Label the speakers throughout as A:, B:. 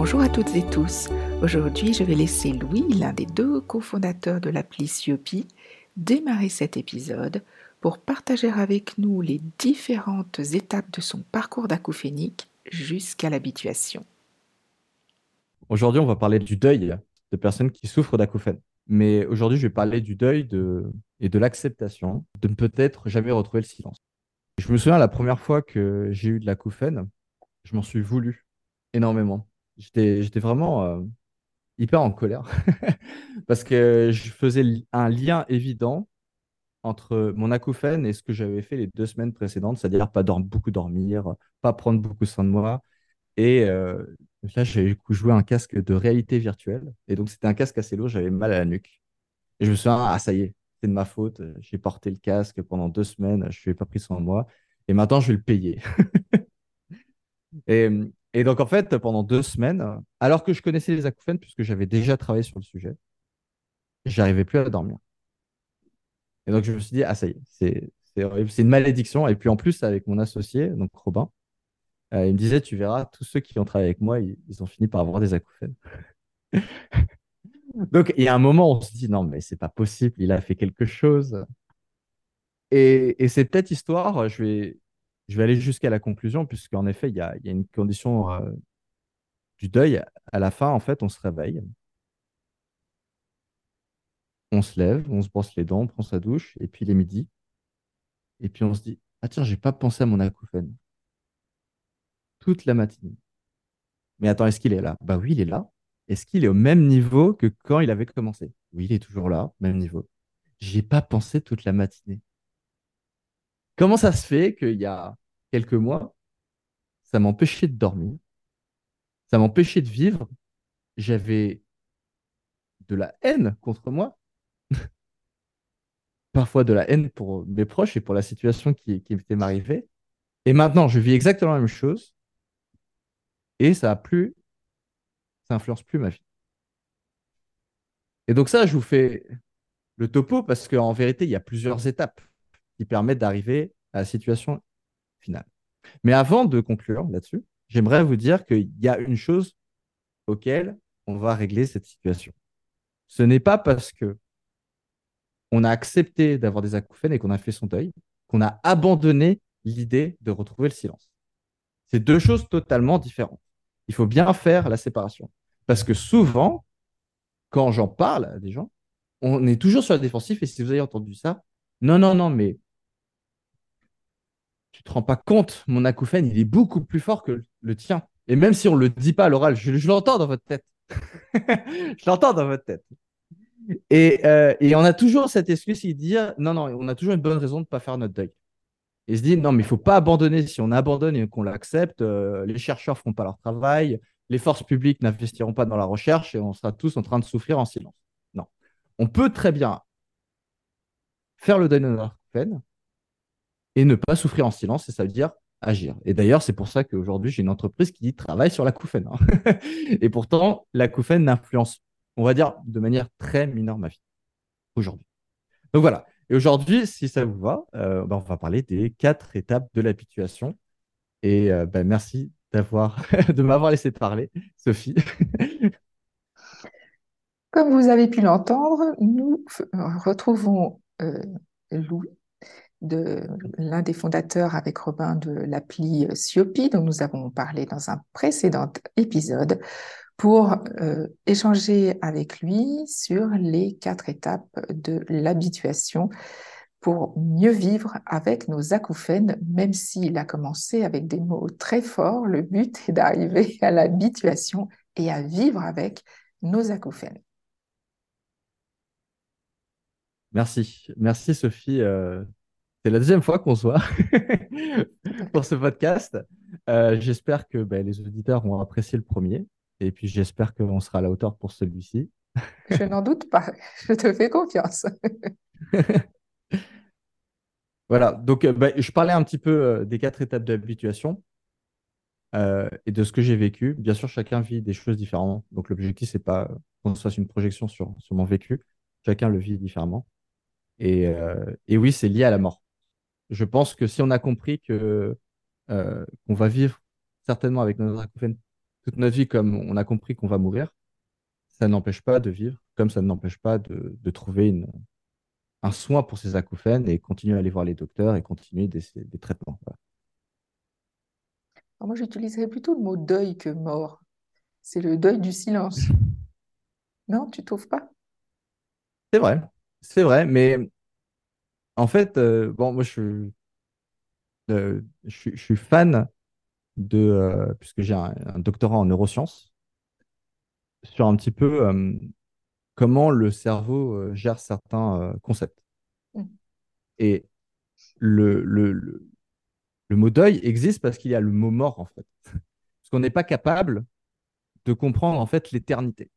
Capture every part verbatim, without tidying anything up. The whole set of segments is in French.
A: Bonjour à toutes et tous. Aujourd'hui, je vais laisser Louis, l'un des deux cofondateurs de l'appli Siopi, démarrer cet épisode pour partager avec nous les différentes étapes de son parcours d'acouphénique jusqu'à l'habituation.
B: Aujourd'hui, on va parler du deuil de personnes qui souffrent d'acouphènes. Mais aujourd'hui, je vais parler du deuil de... et de l'acceptation de ne peut-être jamais retrouver le silence. Je me souviens la première fois que j'ai eu de l'acouphène, je m'en suis voulu énormément. J'étais, j'étais vraiment euh, hyper en colère parce que je faisais li- un lien évident entre mon acouphène et ce que j'avais fait les deux semaines précédentes, c'est-à-dire pas dorm- beaucoup dormir, pas prendre beaucoup soin de moi. Et euh, là, j'ai du coup joué un casque de réalité virtuelle. Et donc, c'était un casque assez lourd, j'avais mal à la nuque. Et je me suis dit, ah, ça y est, c'est de ma faute. J'ai porté le casque pendant deux semaines, je n'ai pas pris soin de moi. Et maintenant, je vais le payer. Et, et donc, en fait, pendant deux semaines, alors que je connaissais les acouphènes, puisque j'avais déjà travaillé sur le sujet, j'arrivais plus à dormir. Et donc, je me suis dit, ah, ça y est, c'est c'est horrible, c'est une malédiction. Et puis, en plus, avec mon associé, donc Robin, euh, il me disait, tu verras, tous ceux qui ont travaillé avec moi, ils, ils ont fini par avoir des acouphènes. Donc, il y a un moment où on se dit, non, mais c'est pas possible, il a fait quelque chose. Et, et c'est peut-être histoire, je vais, je vais aller jusqu'à la conclusion, puisqu'en effet, il y a, il y a une condition euh, du deuil. À la fin, en fait, on se réveille, on se lève, on se brosse les dents, on prend sa douche, et puis il est midi, et puis on se dit, ah tiens, j'ai pas pensé à mon acouphène toute la matinée. Mais attends, est-ce qu'il est là? Bah oui, il est là. Est-ce qu'il est au même niveau que quand il avait commencé? Oui, il est toujours là, même niveau. J'y ai pas pensé toute la matinée. Comment ça se fait qu'il y a quelques mois, ça m'empêchait de dormir, ça m'empêchait de vivre, j'avais de la haine contre moi, parfois de la haine pour mes proches et pour la situation qui, qui m'était m'arrivée. Et maintenant, je vis exactement la même chose et ça a plus, ça influence plus ma vie. Et donc ça, je vous fais le topo parce qu'en vérité, il y a plusieurs étapes qui permettent d'arriver à la situation finale. Mais avant de conclure là-dessus, j'aimerais vous dire qu'il y a une chose auquel on va régler cette situation. Ce n'est pas parce que on a accepté d'avoir des acouphènes et qu'on a fait son deuil, qu'on a abandonné l'idée de retrouver le silence. C'est deux choses totalement différentes. Il faut bien faire la séparation. Parce que souvent, quand j'en parle à des gens, on est toujours sur la défensive. Et si vous avez entendu ça, non, non, non, mais tu te rends pas compte, mon acouphène, il est beaucoup plus fort que le tien. Et même si on ne le dit pas à l'oral, je, je l'entends dans votre tête. Je l'entends dans votre tête. Et, euh, et on a toujours cette excuse qui dit, non, non, on a toujours une bonne raison de ne pas faire notre deuil. Et se dit, non, mais il ne faut pas abandonner. Si on abandonne et qu'on l'accepte, euh, les chercheurs ne feront pas leur travail, les forces publiques n'investiront pas dans la recherche et on sera tous en train de souffrir en silence. Non. On peut très bien faire le deuil de notre peine et ne pas souffrir en silence, et ça veut dire agir. Et d'ailleurs, c'est pour ça qu'aujourd'hui, j'ai une entreprise qui travaille sur l'acouphène. Hein. Et pourtant, l'acouphène n'influence, on va dire, de manière très mineure ma vie aujourd'hui. Donc voilà. Et aujourd'hui, si ça vous va, euh, ben, on va parler des quatre étapes de l'habituation. Et euh, ben, merci d'avoir de m'avoir laissé parler, Sophie.
A: Comme vous avez pu l'entendre, nous f- retrouvons euh, Louis, de l'un des fondateurs avec Robin de l'appli Siopi, dont nous avons parlé dans un précédent épisode, pour euh, échanger avec lui sur les quatre étapes de l'habituation pour mieux vivre avec nos acouphènes, même s'il a commencé avec des mots très forts. Le but est d'arriver à l'habituation et à vivre avec nos acouphènes.
B: Merci. Merci, Sophie. Euh, c'est la deuxième fois qu'on se voit
A: Tout à
B: pour
A: fait.
B: ce podcast. Euh, j'espère que ben, les auditeurs ont apprécié le premier. Et puis, j'espère qu'on sera à la hauteur pour celui-ci.
A: Je n'en doute pas, je te fais confiance.
B: Voilà. Donc, euh, ben, je parlais un petit peu euh, des quatre étapes de l'habituation euh, et de ce que j'ai vécu. Bien sûr, chacun vit des choses différemment. Donc, l'objectif, c'est pas qu'on se fasse une projection sur, sur mon vécu. Chacun le vit différemment. Et, euh, et oui, c'est lié à la mort. Je pense que si on a compris que euh, qu'on va vivre certainement avec nos acouphènes toute notre vie comme on a compris qu'on va mourir, ça n'empêche pas de vivre, comme ça ne n'empêche pas de, de trouver une, un soin pour ces acouphènes et continuer à aller voir les docteurs et continuer des, des traitements. Voilà.
A: Alors moi, j'utiliserais plutôt le mot deuil que mort. C'est le deuil du silence. Non, tu trouves pas?
B: C'est vrai, c'est vrai, mais en fait, euh, bon, moi, je, euh, je, suis je suis fan de, euh, puisque j'ai un, un doctorat en neurosciences, sur un petit peu euh, comment le cerveau euh, gère certains euh, concepts.
A: Mm.
B: Et le, le, le, le mot deuil existe parce qu'il y a le mot mort, en fait. Parce qu'on n'est pas capable de comprendre, en fait, l'éternité.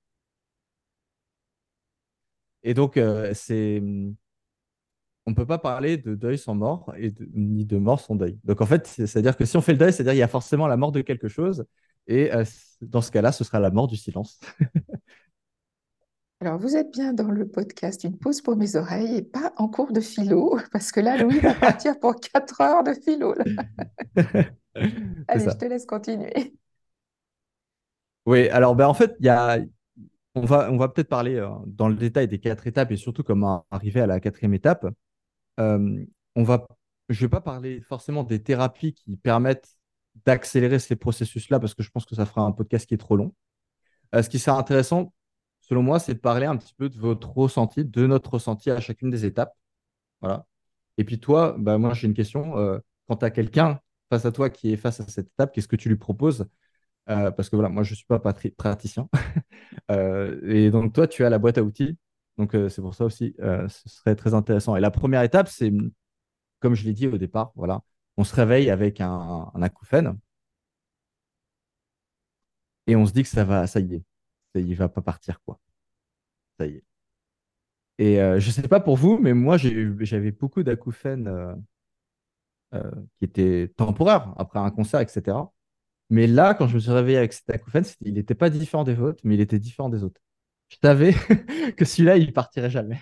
B: Et donc, euh, c'est, on ne peut pas parler de deuil sans mort et de- ni de mort sans deuil. Donc, en fait, c'est- c'est-à-dire que si on fait le deuil, c'est-à-dire qu'il y a forcément la mort de quelque chose. Et euh, dans ce cas-là, ce sera la mort du silence.
A: Alors, vous êtes bien dans le podcast Une pause pour mes oreilles et pas en cours de philo, parce que là, Louis va partir pour quatre heures de philo, là.
B: C'est
A: Allez, je
B: ça.
A: te laisse continuer.
B: Oui, alors ben, en fait, il y a, on va, on va peut-être parler euh, dans le détail des quatre étapes et surtout comment arriver à la quatrième étape. Euh, on va, je ne vais pas parler forcément des thérapies qui permettent d'accélérer ces processus-là parce que je pense que ça fera un podcast qui est trop long. Euh, ce qui serait intéressant, selon moi, c'est de parler un petit peu de votre ressenti, de notre ressenti à chacune des étapes. Voilà. Et puis toi, bah, moi j'ai une question. Euh, quand tu as quelqu'un face à toi qui est face à cette étape, qu'est-ce que tu lui proposes? Euh, parce que voilà, moi je ne suis pas patri- praticien. Euh, et donc toi, tu as la boîte à outils. Donc euh, c'est pour ça aussi, euh, ce serait très intéressant. Et la première étape, c'est, comme je l'ai dit au départ, voilà, on se réveille avec un, un acouphène et on se dit que ça va, ça y est, ça y est, il va pas partir, quoi. Ça y est. Et euh, je ne sais pas pour vous, mais moi, j'ai eu- j'avais beaucoup d'acouphènes euh, euh, qui étaient temporaires après un concert, et cetera. Mais là, quand je me suis réveillé avec cet acouphène, c'était- il n'était pas différent des autres, mais il était différent des autres. Je savais que celui-là, il partirait jamais.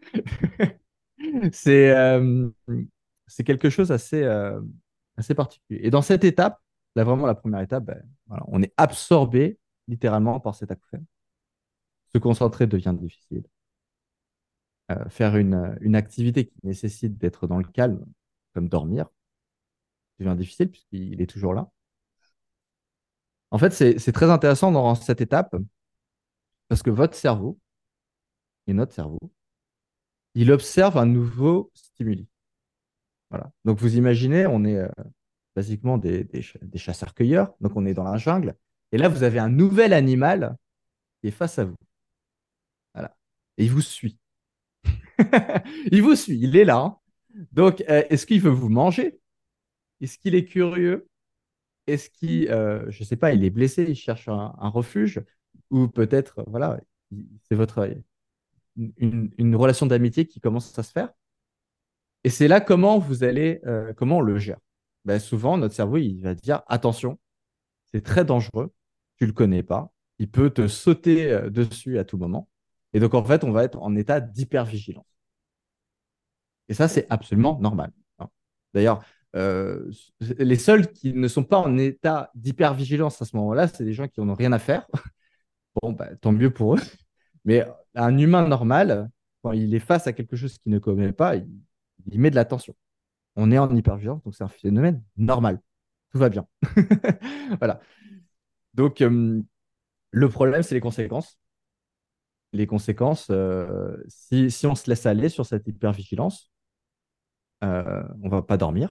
B: C'est euh, c'est quelque chose assez, euh, assez particulier. Et dans cette étape, là, vraiment, la première étape, ben, voilà, on est absorbé littéralement par cet acouphène. Se concentrer devient difficile. Euh, faire une, une activité qui nécessite d'être dans le calme, comme dormir, devient difficile puisqu'il est toujours là. En fait, c'est c'est très intéressant dans cette étape parce que votre cerveau et notre cerveau, il observe un nouveau stimuli. Voilà. Donc, vous imaginez, on est euh, basiquement des, des, ch- des chasseurs-cueilleurs, donc on est dans la jungle, et là, vous avez un nouvel animal qui est face à vous. Voilà. Et il vous suit. Il vous suit, il est là, hein. Donc, euh, est-ce qu'il veut vous manger? Est-ce qu'il est curieux? Est-ce qu'il, euh, je ne sais pas, il est blessé, il cherche un, un refuge? Ou peut-être, voilà, il- c'est votre, une, une relation d'amitié qui commence à se faire? Et c'est là comment vous allez, euh, comment on le gère. Ben, souvent, notre cerveau, il va dire, attention, c'est très dangereux, tu le connais pas, il peut te sauter euh, dessus à tout moment. Et donc, en fait, on va être en état d'hypervigilance. Et ça, c'est absolument normal, hein. D'ailleurs, euh, les seuls qui ne sont pas en état d'hypervigilance à ce moment-là, c'est des gens qui n'en ont rien à faire. Bon, bah, tant mieux pour eux. Mais un humain normal, quand il est face à quelque chose qu'il ne connaît pas, il, il met de l'attention. On est en hypervigilance, donc c'est un phénomène normal. Tout va bien. Voilà. Donc, euh, le problème, c'est les conséquences. Les conséquences, euh, si, si on se laisse aller sur cette hypervigilance, euh, on va pas dormir.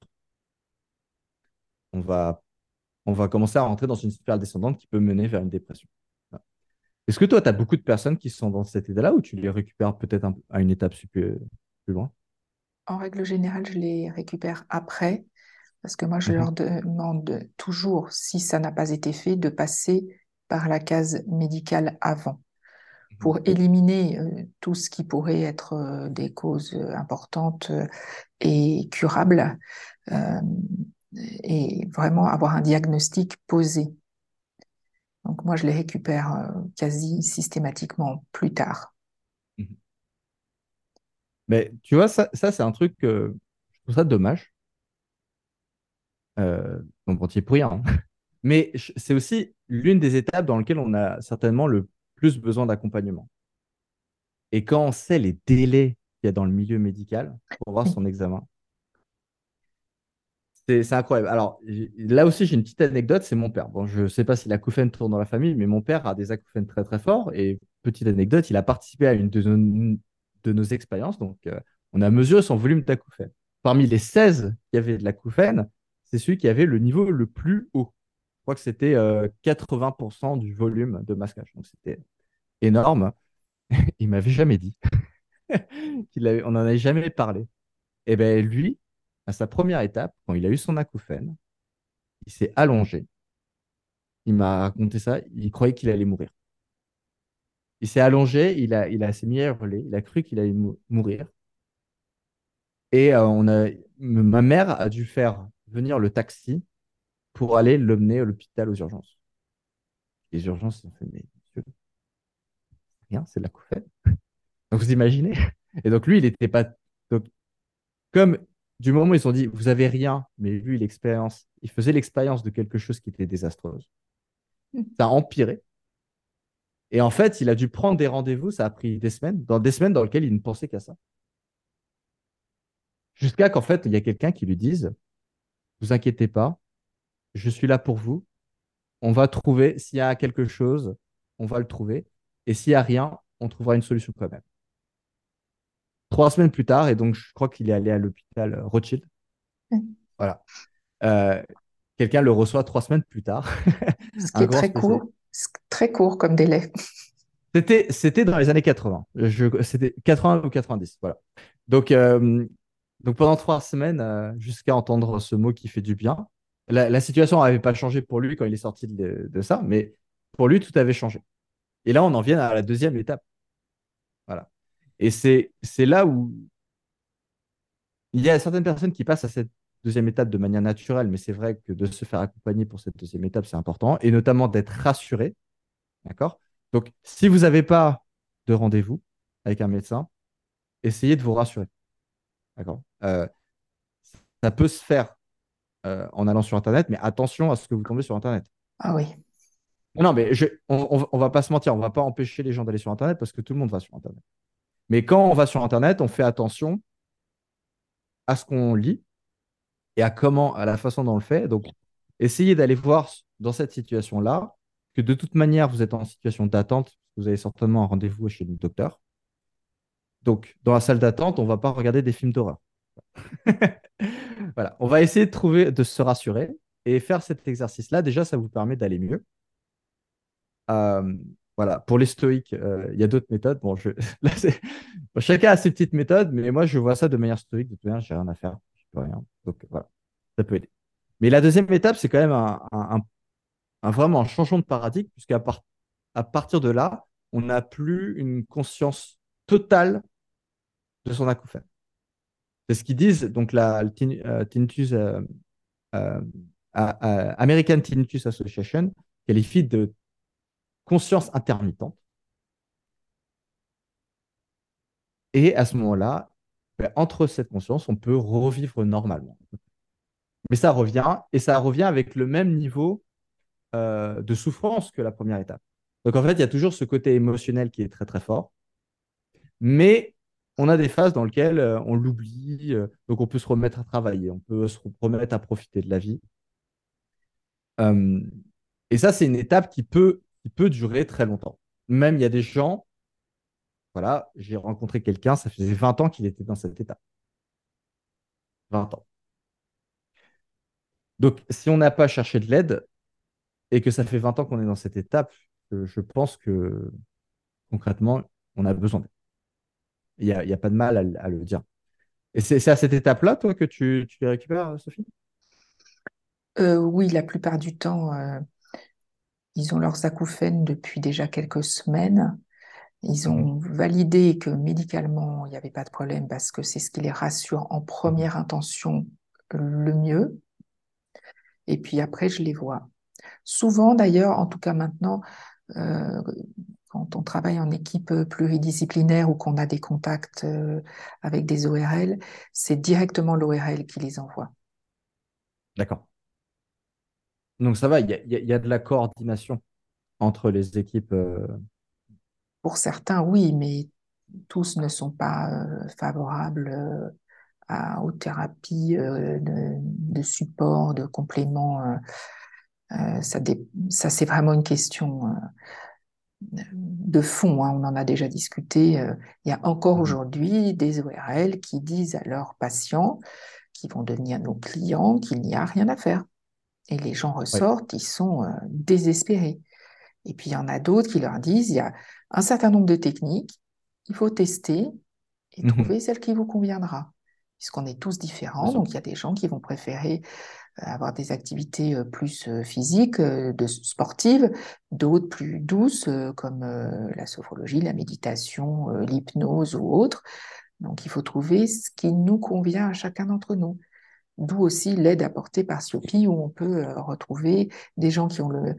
B: On va, on va commencer à rentrer dans une spirale descendante qui peut mener vers une dépression. Voilà. Est-ce que toi, tu as beaucoup de personnes qui sont dans cet état-là ou tu les récupères peut-être un- à une étape super, plus loin?
A: En règle générale, je les récupère après, parce que moi, je
B: Mhm.
A: leur demande toujours, si ça n'a pas été fait, de passer par la case médicale avant,
B: Mhm.
A: pour éliminer euh, tout ce qui pourrait être euh, des causes euh, importantes euh, et curables, euh, et vraiment avoir un diagnostic posé. Donc moi, je les récupère euh, quasi systématiquement plus tard.
B: Mhm. Mais tu vois, ça, ça c'est un truc que je trouve ça dommage. Euh, bon, bon, t'y es pour rien, hein. Mais ch- c'est aussi l'une des étapes dans lesquelles on a certainement le plus besoin d'accompagnement. Et quand on sait les délais qu'il y a dans le milieu médical pour voir
A: Oui,
B: son examen, c'est c'est incroyable. Alors, j'ai- là aussi, j'ai une petite anecdote, c'est mon père. Bon, je ne sais pas si l'acouphène tourne dans la famille, mais mon père a des acouphènes très très forts. Et petite anecdote, il a participé à une de nos, de nos expériences. Donc, euh, on a mesuré son volume d'acouphène. Parmi les seize qui avaient de l'acouphène, c'est celui qui avait le niveau le plus haut. Je crois que c'était euh, quatre-vingts pour cent du volume de masquage. Donc, c'était énorme. Il m'avait jamais dit qu'il avait, on n'en avait jamais parlé. Et ben lui, à sa première étape, quand il a eu son acouphène, il s'est allongé. Il m'a raconté ça. Il croyait qu'il allait mourir. Il s'est allongé, il a, il a s'est mis à hurler. Il a cru qu'il allait mou- mourir. Et euh, on a, m- ma mère a dû faire venir le taxi pour aller l'emmener à l'hôpital aux urgences. Les urgences, ils ont fait, mais monsieur, rien, c'est de l'acouphène. Donc vous imaginez? Et donc lui, il n'était pas. Donc, comme du moment où ils se sont dit, vous avez rien, mais lui, l'expérience, il faisait l'expérience de quelque chose qui était désastreuse. Ça a empiré. Et en fait, il a dû prendre des rendez-vous, ça a pris des semaines, dans des semaines dans lesquelles il ne pensait qu'à ça. Jusqu'à qu'en fait, il y a quelqu'un qui lui dise, vous inquiétez pas, je suis là pour vous, on va trouver, s'il y a quelque chose, on va le trouver, et s'il n'y a rien, on trouvera une solution quand même. Trois semaines plus tard, et donc je crois qu'il est allé à l'hôpital euh, Rothschild,
A: oui.
B: voilà. Euh, quelqu'un le reçoit trois semaines plus tard,
A: Ce qui
B: un
A: est
B: grand
A: très
B: spécialiste.
A: court, c- très court comme délai.
B: C'était, c'était dans les années quatre-vingts. Je, c'était quatre-vingts ou quatre-vingt-dix, voilà. Donc, euh, donc pendant trois semaines, euh, jusqu'à entendre ce mot qui fait du bien. La, la situation n'avait pas changé pour lui quand il est sorti de, de ça, mais pour lui, tout avait changé. Et là, on en vient à la deuxième étape. Voilà. Et c'est, c'est là où il y a certaines personnes qui passent à cette deuxième étape de manière naturelle, mais c'est vrai que de se faire accompagner pour cette deuxième étape, c'est important, et notamment d'être rassuré. D'accord? Donc, si vous n'avez pas de rendez-vous avec un médecin, essayez de vous rassurer. D'accord? Euh, ça peut se faire euh, en allant sur Internet, mais attention à ce que vous tombez sur Internet.
A: Ah oui,
B: Non, mais je, on, on, on va pas se mentir, on va pas empêcher les gens d'aller sur Internet parce que tout le monde va sur Internet. Mais quand on va sur Internet, on fait attention à ce qu'on lit et à comment, à la façon dont on le fait. Donc, essayez d'aller voir dans cette situation-là que de toute manière, vous êtes en situation d'attente. Vous avez certainement un rendez-vous chez le docteur. Donc, dans la salle d'attente, on ne va pas regarder des films d'horreur. Voilà, on va essayer de trouver, de se rassurer et faire cet exercice-là. Déjà, ça vous permet d'aller mieux. Euh, voilà, pour les stoïques, euh, il y a d'autres méthodes. Bon, je... Là, c'est... Bon, chacun a ses petites méthodes, mais moi, je vois ça de manière stoïque. De toute manière, j'ai rien à faire, je peux rien. Donc voilà, ça peut aider. Mais la deuxième étape, c'est quand même un, un- un- un- vraiment un changement de paradigme, puisqu'à part- à partir de là, on n'a plus une conscience totale de son acouphène. C'est ce qu'ils disent, donc la le tin- euh, tinnitus, euh, euh, à- à- American Tinnitus Association qualifie de conscience intermittente. Et à ce moment-là, ben, entre cette conscience, on peut revivre normalement. Mais ça revient, et ça revient avec le même niveau euh, de souffrance que la première étape. Donc en fait, il y a toujours ce côté émotionnel qui est très très fort, mais on a des phases dans lesquelles euh, on l'oublie, euh, donc on peut se remettre à travailler, on peut se remettre à profiter de la vie. Euh, et ça, c'est une étape qui peut, qui peut durer très longtemps. Même il y a des gens, voilà, j'ai rencontré quelqu'un, ça faisait vingt ans qu'il était dans cette étape. Vingt ans. Donc, si on n'a pas cherché de l'aide et que ça fait vingt ans qu'on est dans cette étape, je, je pense que concrètement, on a besoin d'aide. Il n'y a, il y a pas de mal à, le à le dire. Et c'est c'est à cette étape-là, toi, que tu, tu les récupères, Sophie?
A: Euh, oui, la plupart du temps, euh, ils ont leurs acouphènes depuis déjà quelques semaines. Ils
B: Mhm.
A: ont validé que médicalement, il n'y avait pas de problème parce que c'est ce qui les rassure en
B: Mhm.
A: première intention le mieux. Et puis après, je les vois. Souvent, d'ailleurs, en tout cas maintenant, euh, quand on travaille en équipe pluridisciplinaire ou qu'on a des contacts euh, avec des O R L, c'est directement l'O R L qui les envoie.
B: D'accord. Donc ça va, il y a, il y a- il y a de la coordination entre les équipes. euh.
A: Pour certains, oui, mais tous ne sont pas euh, favorables euh, à- aux thérapies euh, de, de support, de complément. euh, euh, ça, dé- ça, c'est vraiment une question euh, de fond, hein, on en a déjà discuté. euh, Il y a encore
B: Mhm.
A: aujourd'hui des O R L qui disent à leurs patients, qui vont devenir nos clients, qu'il n'y a rien à faire. Et les gens
B: Ouais.
A: ressortent, ils sont euh, désespérés. Et puis il y en a d'autres qui leur disent, il y a un certain nombre de techniques, il faut tester et
B: Mhm.
A: trouver celle qui vous conviendra. Puisqu'on est tous
B: Bien
A: différents,
B: sûr.
A: donc il y a des gens qui vont préférer euh, avoir des activités euh, plus euh, physiques, euh, de, sportives, d'autres plus douces, euh, comme euh, la sophrologie, la méditation, euh, l'hypnose ou autre. Donc il faut trouver ce qui nous convient à chacun d'entre nous. D'où aussi l'aide apportée par Siopi, où on peut euh, retrouver des gens qui ont le,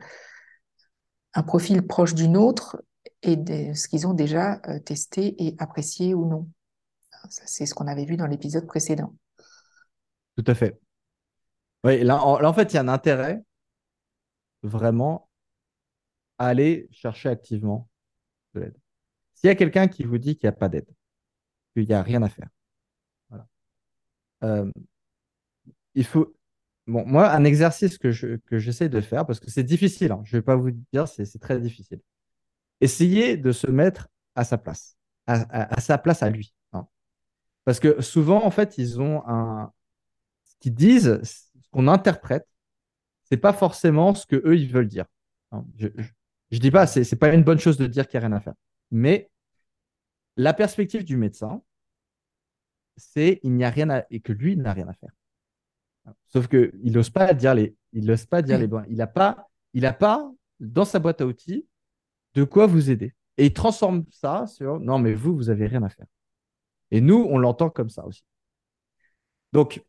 A: un profil proche du nôtre et de ce qu'ils ont déjà euh, testé et apprécié ou non. Ça, c'est ce qu'on avait vu dans l'épisode précédent.
B: Tout à fait. Oui, là, en, là, en fait, il y a un intérêt vraiment à aller chercher activement de l'aide. S'il y a quelqu'un qui vous dit qu'il n'y a pas d'aide, qu'il n'y a rien à faire, voilà. Euh, il faut. Bon, moi, un exercice que je, que j'essaie de faire, parce que c'est difficile, hein, je ne vais pas vous dire, c'est c'est très difficile. Essayez de se mettre à sa place, à, à- à sa place à lui, hein. Parce que souvent, en fait, ils ont un. Ce qu'ils disent, ce qu'on interprète, c'est pas forcément ce que eux ils veulent dire, hein. Je, je, je dis pas, c'est c'est pas une bonne chose de dire qu'il n'y a rien à faire. Mais la perspective du médecin, c'est il n'y a rien à, et que lui il n'a rien à faire. Sauf que il n'ose pas dire les, il n'ose pas dire les
A: Oui,
B: bons. Il n'a pas, il a pas dans sa boîte à outils de quoi vous aider. Et il transforme ça sur non mais vous vous avez rien à faire. Et nous on l'entend comme ça aussi. Donc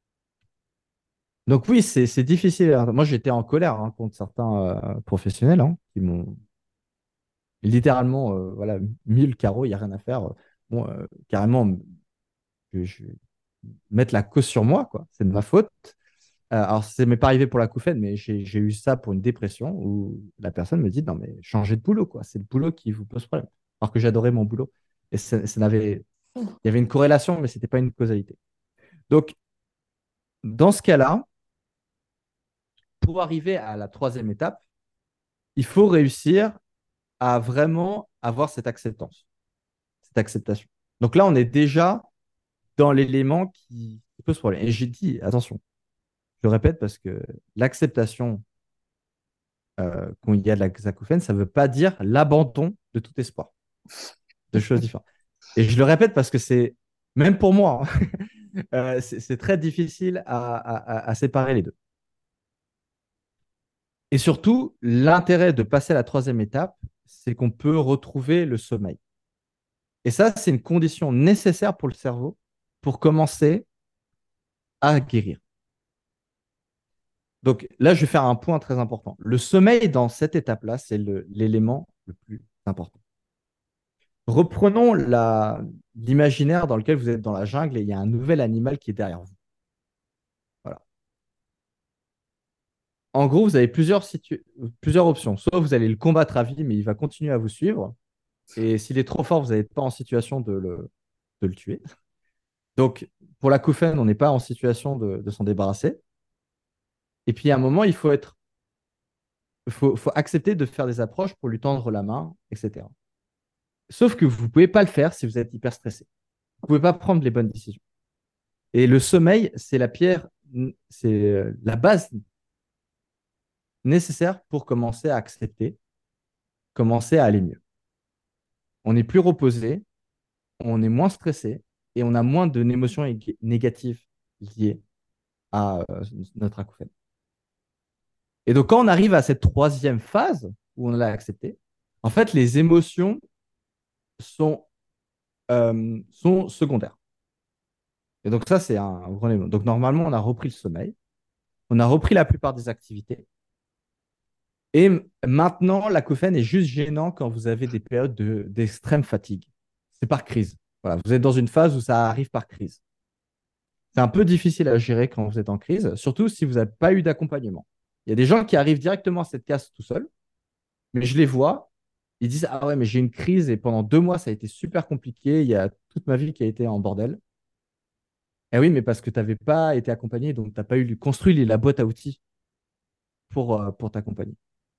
B: donc oui c'est c'est difficile. Moi j'étais en colère, hein, contre certains euh, professionnels, hein, qui m'ont littéralement euh, voilà mis le carreau, il n'y a rien à faire. Bon euh, carrément que je mettre la cause sur moi, quoi. C'est de ma faute. Euh, alors, ça m'est pas arrivé pour la l'acouphène, mais j'ai j'ai eu ça pour une dépression où la personne me dit, non, mais changez de boulot, quoi. C'est le boulot qui vous pose problème. Alors que j'adorais mon boulot. Et ça, ça n'avait, il y avait une corrélation, mais c'était pas une causalité. Donc, dans ce cas-là, pour arriver à la troisième étape, il faut réussir à vraiment avoir cette acceptance, cette acceptation. Donc là, on est déjà dans l'élément qui pose problème. Et j'ai dit, attention, je répète parce que l'acceptation, euh, quand il y a de l'acouphène, ça ne veut pas dire l'abandon de tout espoir. Deux choses différentes. Et je le répète parce que c'est, même pour moi, hein, euh, c'est c'est très difficile à, à- à séparer les deux. Et surtout, l'intérêt de passer à la troisième étape, c'est qu'on peut retrouver le sommeil. Et ça, c'est une condition nécessaire pour le cerveau pour commencer à guérir. Donc là, je vais faire un point très important. Le sommeil dans cette étape-là, c'est le- l'élément le plus important. Reprenons la- l'imaginaire dans lequel vous êtes dans la jungle et il y a un nouvel animal qui est derrière vous. Voilà. En gros, vous avez plusieurs, situ- plusieurs options. Soit vous allez le combattre à vie, mais il va continuer à vous suivre. Et s'il est trop fort, vous n'êtes pas en situation de le, de le tuer. Donc, pour la l'acouphène, on n'est pas en situation de, de s'en débarrasser. Et puis, à un moment, il faut être, faut, faut accepter de faire des approches pour lui tendre la main, et cetera. Sauf que vous ne pouvez pas le faire si vous êtes hyper stressé. Vous ne pouvez pas prendre les bonnes décisions. Et le sommeil, c'est la pierre, c'est euh, la base nécessaire pour commencer à accepter, commencer à aller mieux. On est plus reposé, on est moins stressé et on a moins d'émotions négatives liées à euh, notre acouphène. Et donc, quand on arrive à cette troisième phase où on l'a accepté, en fait, les émotions sont, euh, sont secondaires. Et donc, ça, c'est un gros élément. Donc, normalement, on a repris le sommeil, on a repris la plupart des activités. Et maintenant, l'acouphène est juste gênant quand vous avez des périodes de- d'extrême fatigue. C'est par crise. Voilà, vous êtes dans une phase où ça arrive par crise. C'est un peu difficile à gérer quand vous êtes en crise, surtout si vous n'avez pas eu d'accompagnement. Il y a des gens qui arrivent directement à cette case tout seuls, mais je les vois, ils disent, ah ouais, mais j'ai une crise et pendant deux mois, ça a été super compliqué. Il y a toute ma vie qui a été en bordel. Eh oui, mais parce que tu n'avais pas été accompagné, donc tu n'as pas eu construit la boîte à outils pour, euh, pour t'accompagner.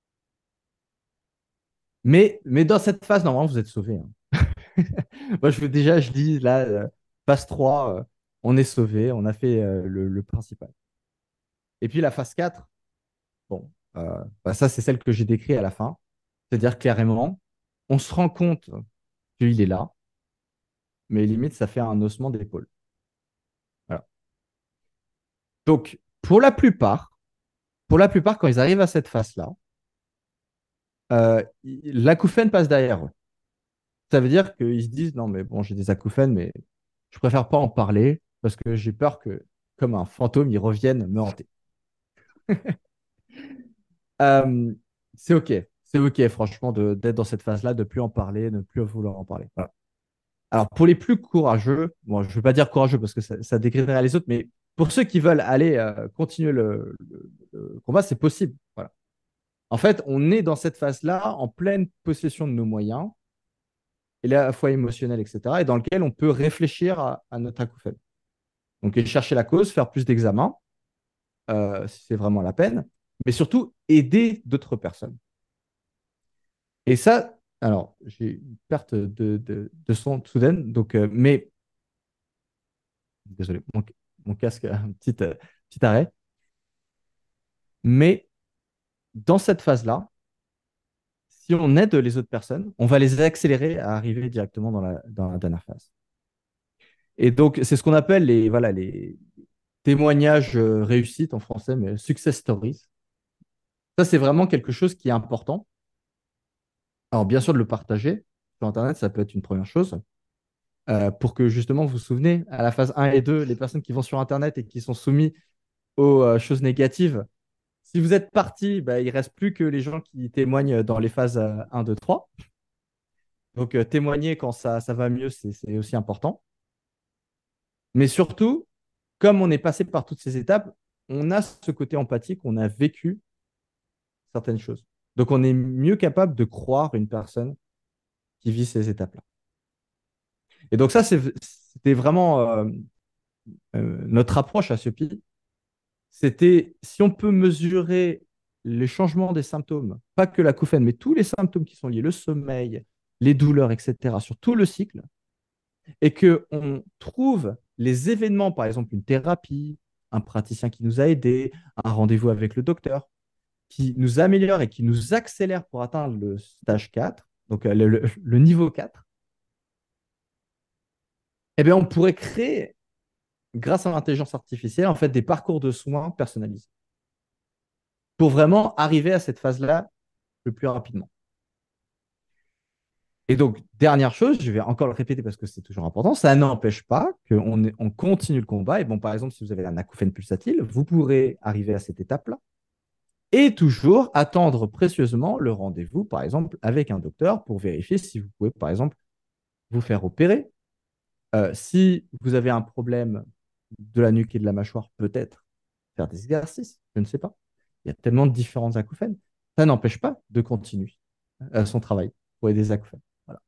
B: Mais, mais dans cette phase, normalement, vous êtes sauvé. Hein. Moi, je veux déjà, je dis là, euh, phase trois, euh, on est sauvé, on a fait euh, le, le principal. Et puis la phase quatre, bon, euh, bah, ça, c'est celle que j'ai décrite à la fin. C'est-à-dire clairement, on se rend compte qu'il est là, mais limite, ça fait un haussement d'épaule. Voilà. Donc, pour la plupart, pour la plupart, quand ils arrivent à cette phase-là, euh, l'acouphène passe derrière eux. Ça veut dire qu'ils se disent, non, mais bon, j'ai des acouphènes, mais je préfère pas en parler parce que j'ai peur que, comme un fantôme, ils reviennent me hanter. Euh, c'est OK. C'est OK, franchement, de- d'être dans cette phase-là, de plus en parler, de ne plus vouloir en parler. Voilà. Alors, pour les plus courageux, bon, je ne veux pas dire courageux parce que ça, ça décrirait les autres, mais pour ceux qui veulent aller euh, continuer le, le- le combat, c'est possible. Voilà. En fait, on est dans cette phase-là en pleine possession de nos moyens, et là, à la fois émotionnels, et cetera, et dans lequel on peut réfléchir à, à notre acouphène. Donc, et chercher la cause, faire plus d'examens, euh, si c'est vraiment la peine, mais surtout aider d'autres personnes. Et ça, alors, j'ai une perte de, de, de son soudaine, donc, euh, mais, désolé, mon, mon casque a un petit, euh, petit arrêt, mais dans cette phase-là, si on aide les autres personnes, on va les accélérer à arriver directement dans la, dans la dernière phase. Et donc, c'est ce qu'on appelle les, voilà, les témoignages euh, réussites en français, mais success stories. Ça, c'est vraiment quelque chose qui est important. Alors, bien sûr, de le partager sur Internet, ça peut être une première chose. Euh, pour que justement vous vous souvenez, à la phase un et deux, les personnes qui vont sur Internet et qui sont soumises aux euh, choses négatives, si vous êtes parti, bah, il ne reste plus que les gens qui témoignent dans les phases euh, un, deux, trois. Donc, euh, témoigner quand ça, ça va mieux, c'est c'est aussi important. Mais surtout, comme on est passé par toutes ces étapes, on a ce côté empathique, on a vécu certaines choses. Donc, on est mieux capable de croire une personne qui vit ces étapes-là. Et donc, ça, c'était vraiment euh, euh, notre approche à ce pied. C'était si on peut mesurer les changements des symptômes, pas que l'acouphène, mais tous les symptômes qui sont liés, le sommeil, les douleurs, et cetera, sur tout le cycle, et qu'on trouve les événements, par exemple une thérapie, un praticien qui nous a aidés, un rendez-vous avec le docteur, qui nous améliore et qui nous accélère pour atteindre le stage quatre, donc le, le, le niveau quatre, eh bien, on pourrait créer, grâce à l'intelligence artificielle, en fait, des parcours de soins personnalisés pour vraiment arriver à cette phase-là le plus rapidement. Et donc, dernière chose, je vais encore le répéter parce que c'est toujours important, ça n'empêche pas qu'on on continue le combat. Et bon, par exemple, si vous avez un acouphène pulsatile, vous pourrez arriver à cette étape-là et toujours attendre précieusement le rendez-vous, par exemple, avec un docteur pour vérifier si vous pouvez, par exemple, vous faire opérer. Euh, si vous avez un problème de la nuque et de la mâchoire, peut-être faire des exercices, je ne sais pas. Il y a tellement de différents acouphènes. Ça n'empêche pas de continuer euh, son travail pour aider des acouphènes. Voilà.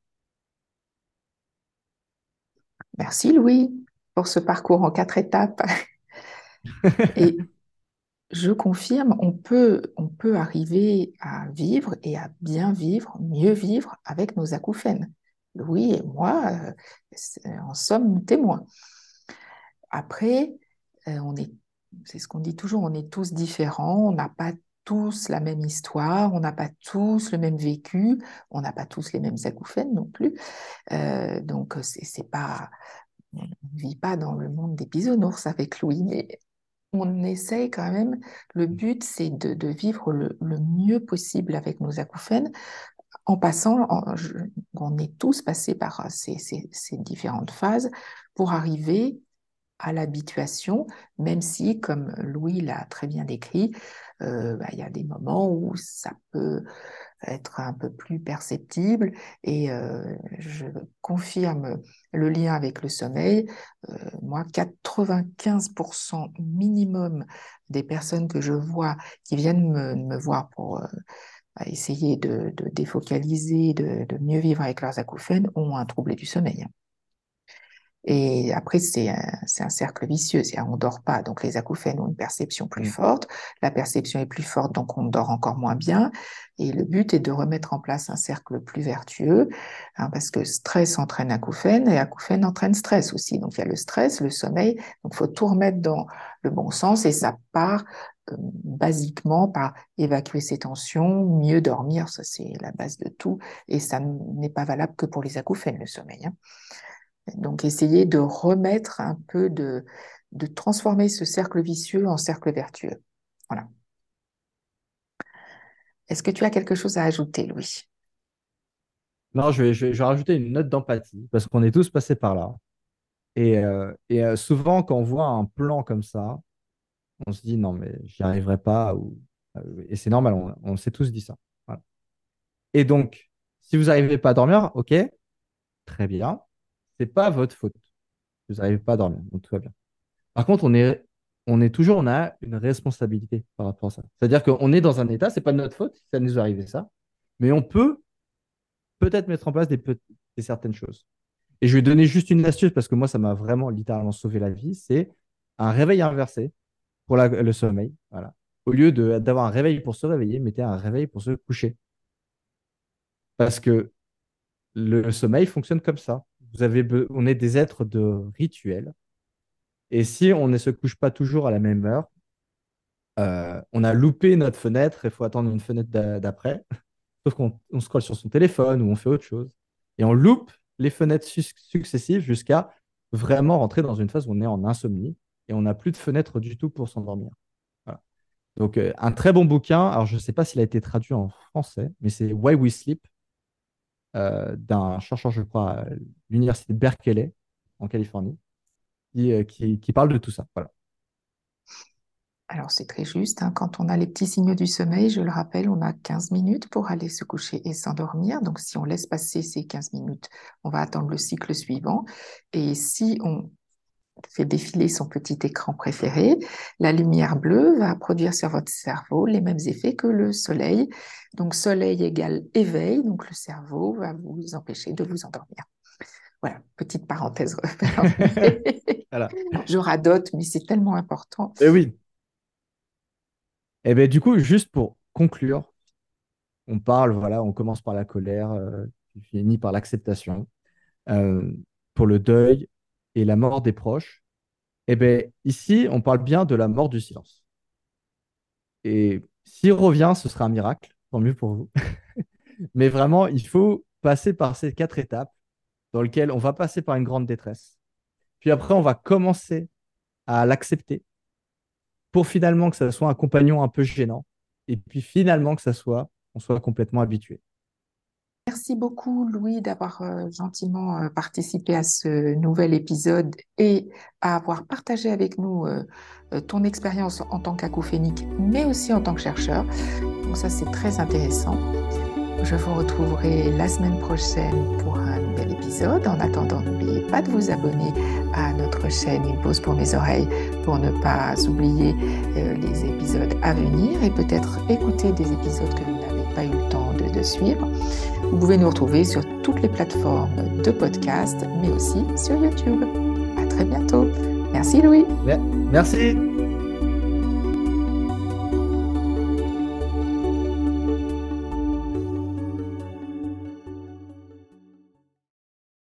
A: Merci Louis pour ce parcours en quatre étapes. Et je confirme, on peut, on peut arriver à vivre et à bien vivre, mieux vivre avec nos acouphènes. Louis et moi, euh, c'est- en sommes témoins. Après, euh, on est, c'est ce qu'on dit toujours, on est tous différents, on n'a pas tous la même histoire, on n'a pas tous le même vécu, on n'a pas tous les mêmes acouphènes non plus. Euh, donc, c'est c'est pas, on ne vit pas dans le monde des bisounours avec Louis, mais on essaye quand même. Le but, c'est de, de vivre le, le mieux possible avec nos acouphènes, en passant, en- je- on est tous passés par ces, ces- ces différentes phases pour arriver à l'habituation, même si, comme Louis l'a très bien décrit, euh, bah, il y a des moments où ça peut être un peu plus perceptible et euh, je confirme le lien avec le sommeil. Euh, moi, quatre-vingt-quinze pour cent minimum des personnes que je vois qui viennent me, me voir pour euh, essayer de, de défocaliser, de, de mieux vivre avec leurs acouphènes ont un trouble du sommeil. Et après, c'est un, c'est un cercle vicieux, c'est-à-dire on ne dort pas, donc les acouphènes ont une perception plus
B: Mm.
A: forte, la perception est plus forte, donc on dort encore moins bien, et le but est de remettre en place un cercle plus vertueux, hein, parce que stress entraîne acouphène, et acouphène entraîne stress aussi, donc il y a le stress, le sommeil, donc il faut tout remettre dans le bon sens, et ça part euh, basiquement par évacuer ses tensions, mieux dormir, ça c'est la base de tout, et ça n'est pas valable que pour les acouphènes, le sommeil, hein. Donc, essayer de remettre un peu de, de transformer ce cercle vicieux en cercle vertueux. Voilà. Est-ce que tu as quelque chose à ajouter, Louis?
B: Non, je vais, je vais, je vais rajouter une note d'empathie parce qu'on est tous passés par là. Et, euh, et euh, souvent, quand on voit un plan comme ça, on se dit non, mais j'y arriverai pas. Ou... euh, Et c'est normal, on, on s'est tous dit ça. Voilà. Et donc, si vous n'arrivez pas à dormir, ok, très bien. C'est pas votre faute. Vous n'arrivez pas à dormir, donc tout va bien. Par contre, on est, on est toujours, on a une responsabilité par rapport à ça. C'est-à-dire qu'on est dans un état, c'est pas de notre faute si ça nous est arrivé ça, mais on peut peut-être mettre en place des, pe- des certaines choses. Et je vais donner juste une astuce parce que moi, ça m'a vraiment littéralement sauvé la vie. C'est un réveil inversé pour la- le sommeil. Voilà. Au lieu de- d'avoir un réveil pour se réveiller, mettez un réveil pour se coucher. Parce que le sommeil fonctionne comme ça. Vous avez, be- on est des êtres de rituel. Et si on ne se couche pas toujours à la même heure, euh, on a loupé notre fenêtre, il faut attendre une fenêtre d'a- d'après. Sauf qu'on on scrolle sur son téléphone ou on fait autre chose. Et on loupe les fenêtres sus- successives jusqu'à vraiment rentrer dans une phase où on est en insomnie et on n'a plus de fenêtre du tout pour s'endormir. Voilà. Donc, euh, un très bon bouquin. Alors, je ne sais pas s'il a été traduit en français, mais c'est Why We Sleep euh, d'un chercheur, je crois, à l'université de Berkeley, en Californie, qui, euh, qui, qui parle de tout ça. Voilà.
A: Alors, c'est très juste, hein. Quand on a les petits signaux du sommeil, je le rappelle, on a quinze minutes pour aller se coucher et s'endormir. Donc, si on laisse passer ces quinze minutes, on va attendre le cycle suivant. Et si on fait défiler son petit écran préféré, la lumière bleue va produire sur votre cerveau les mêmes effets que le soleil. Donc, soleil égale éveil, donc le cerveau va vous empêcher de vous endormir. Voilà, petite parenthèse refermée.
B: Voilà.
A: Je radote, mais c'est tellement important.
B: Et oui. Et bien, du coup, juste pour conclure, on parle, voilà, on commence par la colère, euh, puis finit par l'acceptation, euh, pour le deuil et la mort des proches. Et bien, ici, on parle bien de la mort du silence. Et s'il revient, ce sera un miracle, tant mieux pour vous. Mais vraiment, il faut passer par ces quatre étapes dans lesquelles on va passer par une grande détresse. Puis après, on va commencer à l'accepter pour finalement que ça soit un compagnon un peu gênant. Et puis finalement que ça soit, on soit complètement habitué.
A: Merci beaucoup, Louis, d'avoir euh, gentiment euh, participé à ce nouvel épisode et à avoir partagé avec nous euh, euh, ton expérience en tant qu'acouphénique, mais aussi en tant que chercheur. Donc ça, c'est très intéressant. Je vous retrouverai la semaine prochaine pour un nouvel épisode. En attendant, n'oubliez pas de vous abonner à notre chaîne Une pause pour mes oreilles pour ne pas oublier euh, les épisodes à venir et peut-être écouter des épisodes que vous n'avez pas eu le temps de, de suivre. Vous pouvez nous retrouver sur toutes les plateformes de podcast, mais aussi sur YouTube. À très bientôt. Merci Louis.
B: Merci.